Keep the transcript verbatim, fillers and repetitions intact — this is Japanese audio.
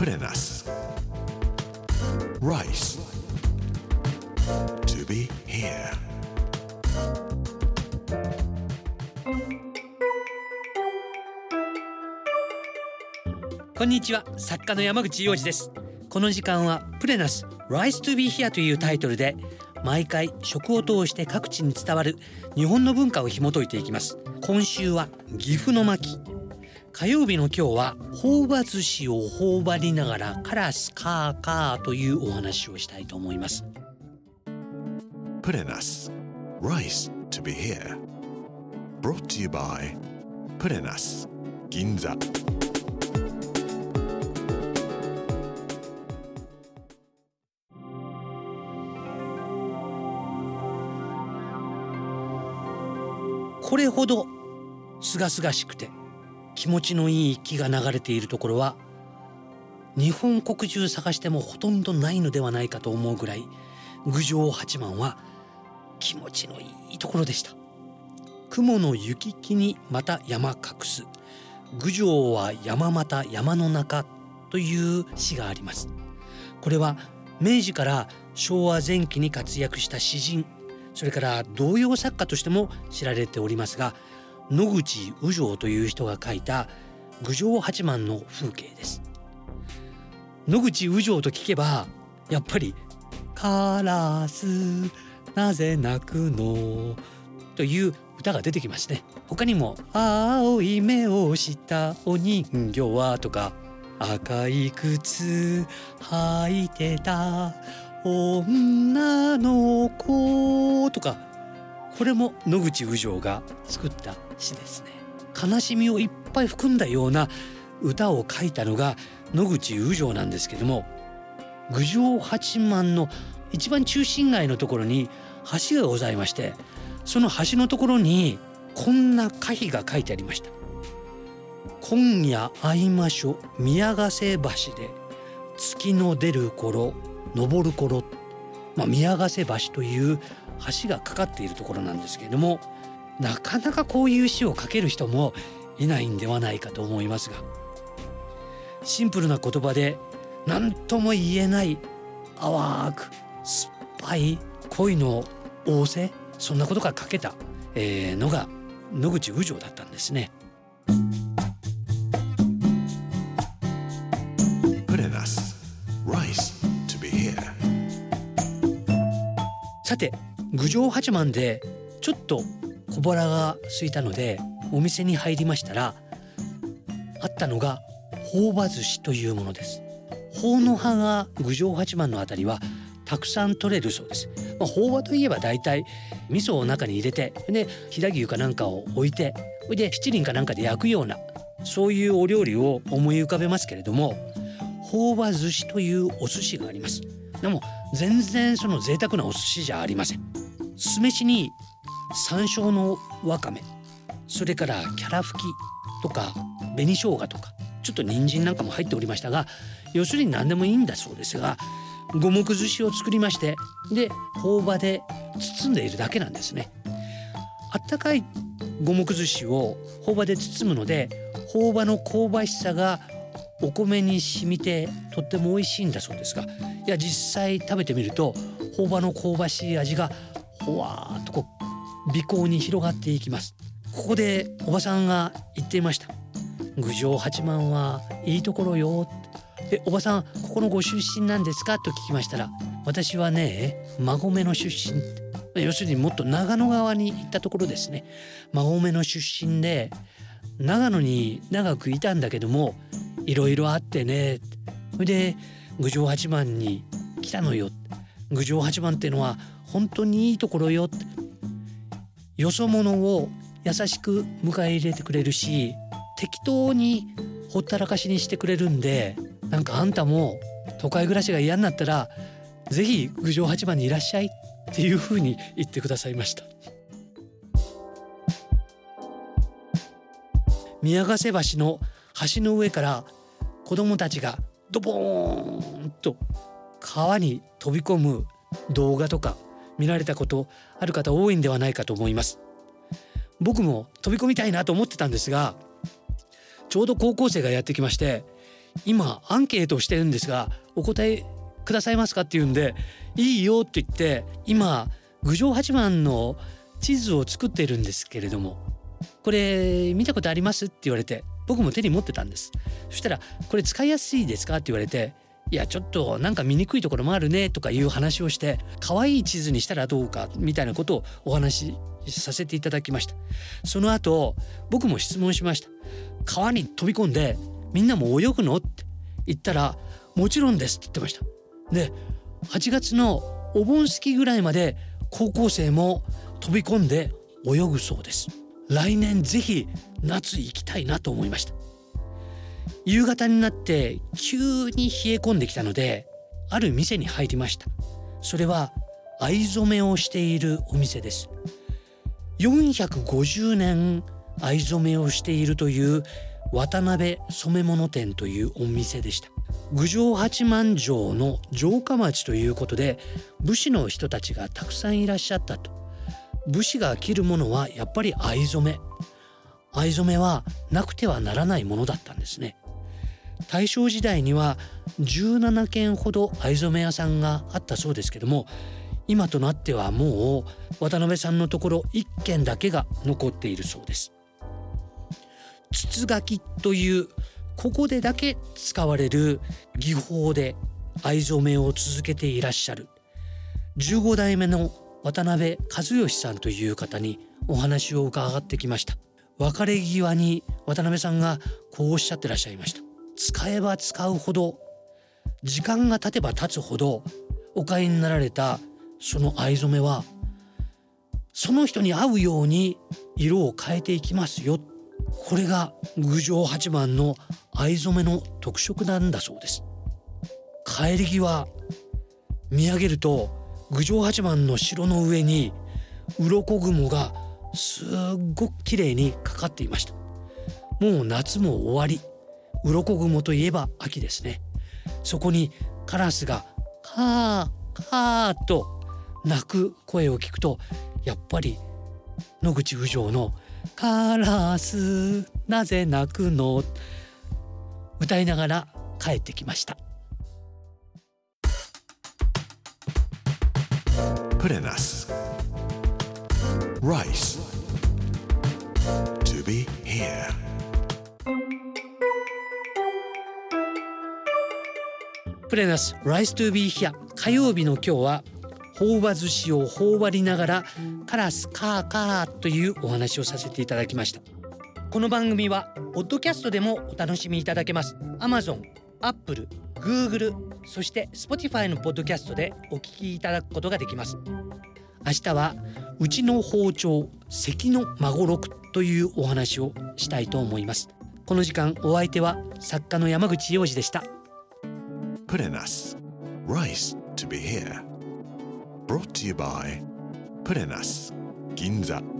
プレナス Rice to be here。 こんにちは、作家の山口洋二です。この時間はプレナス Rice to be here というタイトルで毎回食を通して各地に伝わる日本の文化を紐解いていきます。今週は岐阜の巻、火曜日の今日は朴葉寿司を頬張りながらカラスカーカーというお話をしたいと思います。 プレナス Rice to be here Brought to you by プレナス銀座。 これほど清々しくて気持ちのいい木が流れているところは日本国中探してもほとんどないのではないかと思うぐらい、郡上八幡は気持ちのいいところでした。雲の行き来にまた山隠す、郡上は山また山の中という詩があります。これは明治から昭和前期に活躍した詩人、それから童謡作家としても知られておりますが、野口雨情という人が書いた郡上八幡の風景です。野口雨情と聞けばやっぱりカラスなぜ鳴くのという歌が出てきますね。他にも青い目をしたお人形はとか、赤い靴履いてた女の子とか、これも野口雨情が作った詩ですね。悲しみをいっぱい含んだような歌を書いたのが野口雨情なんですけども、郡上八幡の一番中心街のところに橋がございまして、その橋のところにこんな歌碑が書いてありました。今夜会いましょ宮ヶ瀬橋で月の出る頃登る頃、まあ、宮ヶ瀬橋という橋がかかっているところなんですけれども、なかなかこういう詩を書ける人もいないんではないかと思いますが、シンプルな言葉で何とも言えない淡く酸っぱい恋の仰せ、そんなことが書けた、えー、のが野口雨情だったんですね。 プレナス Rice to be here。 さて、郡上八幡でちょっと小腹が空いたのでお店に入りましたら、あったのが朴葉寿司というものです。朴の葉が郡上八幡のあたりはたくさん取れるそうです。まあ、朴葉といえばだいたい味噌を中に入れて、で飛騨牛かなんかを置いて、で七輪かなんかで焼くような、そういうお料理を思い浮かべますけれども、朴葉寿司というお寿司があります。でも全然その贅沢なお寿司じゃありません。酢飯に山椒のわかめ、それからキャラ吹きとか紅生姜とかちょっと人参なんかも入っておりましたが、要するに何でもいいんだそうですが、五目寿司を作りまして、で朴葉で包んでいるだけなんですね。あったかい五目寿司を朴葉で包むので、朴葉の香ばしさがお米に染みてとっても美味しいんだそうですが、いや実際食べてみると朴葉の香ばしい味がほわーっとこう鼻孔に広がっていきます。ここでおばさんが言っていました。郡上八幡はいいところよ。で、おばさんここのご出身なんですかと聞きましたら、私はね馬込の出身、要するにもっと長野側に行ったところですね。馬込の出身で長野に長くいたんだけども、いろいろあってね、それで郡上八幡に来たのよ。郡上八幡っていうのは本当にいいところよ。よそ者を優しく迎え入れてくれるし、適当にほったらかしにしてくれるんで、なんかあんたも都会暮らしが嫌になったらぜひ郡上八幡にいらっしゃいっていうふうに言ってくださいました。宮ヶ瀬橋の橋の上から子どもたちがドボーンと川に飛び込む動画とか見られたことある方多いんではないかと思います。僕も飛び込みたいなと思ってたんですが、ちょうど高校生がやってきまして、 今アンケートをしてるんですがお答えくださいますかって言うんで、いいよって言って今郡上八幡の地図を作っているんですけれども、これ見たことありますって言われて、僕も手に持ってたんです。そしたらこれ使いやすいですかって言われて、いやちょっとなんか見にくいところもあるねとかいう話をして、可愛い地図にしたらどうかみたいなことをお話しさせていただきました。その後僕も質問しました。川に飛び込んでみんなも泳ぐのって言ったら、もちろんですって言ってました。ではちがつのお盆過ぎぐらいまで高校生も飛び込んで泳ぐそうです。来年ぜひ夏行きたいなと思いました。夕方になって急に冷え込んできたので、ある店に入りました。それは藍染めをしているお店です。よんひゃくごじゅうねん藍染めをしているという渡辺染物店というお店でした。郡上八幡城の城下町ということで、武士の人たちがたくさんいらっしゃったと。武士が着るものはやっぱり藍染め。藍染めはなくてはならないものだったんですね。大正時代にはじゅうななけんほど藍染め屋さんがあったそうですけども、今となってはもう渡辺さんのところいっけんだけが残っているそうです。筒垣というここでだけ使われる技法で藍染めを続けていらっしゃるじゅうごだいめの渡辺和義さんという方にお話を伺ってきました。別れ際に渡辺さんがこうおっしゃってらっしゃいました。使えば使うほど、時間が経てば経つほどお買いになられたその藍染めはその人に合うように色を変えていきますよ。これが郡上八幡の藍染めの特色なんだそうです。帰り際見上げると郡上八幡の城の上に鱗雲がすっごく綺麗にかかっていました。もう夏も終わり、鱗雲といえば秋ですね。そこにカラスがカーカーと鳴く声を聞くと、やっぱり野口郡上のカラスなぜ鳴くの歌いながら帰ってきました。 プレナス Rice to be here。 プレナス Rice to be here。 火曜日の今日は朴葉寿司を頬張りながらカラスカーカーというお話をさせていただきました。この番組はポッドキャストでもお楽しみいただけます。 Amazon、Apple、Google、 そして Spotify のポッドキャストでお聞きいただくことができます。明日はうちの包丁関の孫六というお話をしたいと思います。この時間お相手は作家の山口洋二でした。 プレナス Rice to be here。Brought to you by プレナス銀座。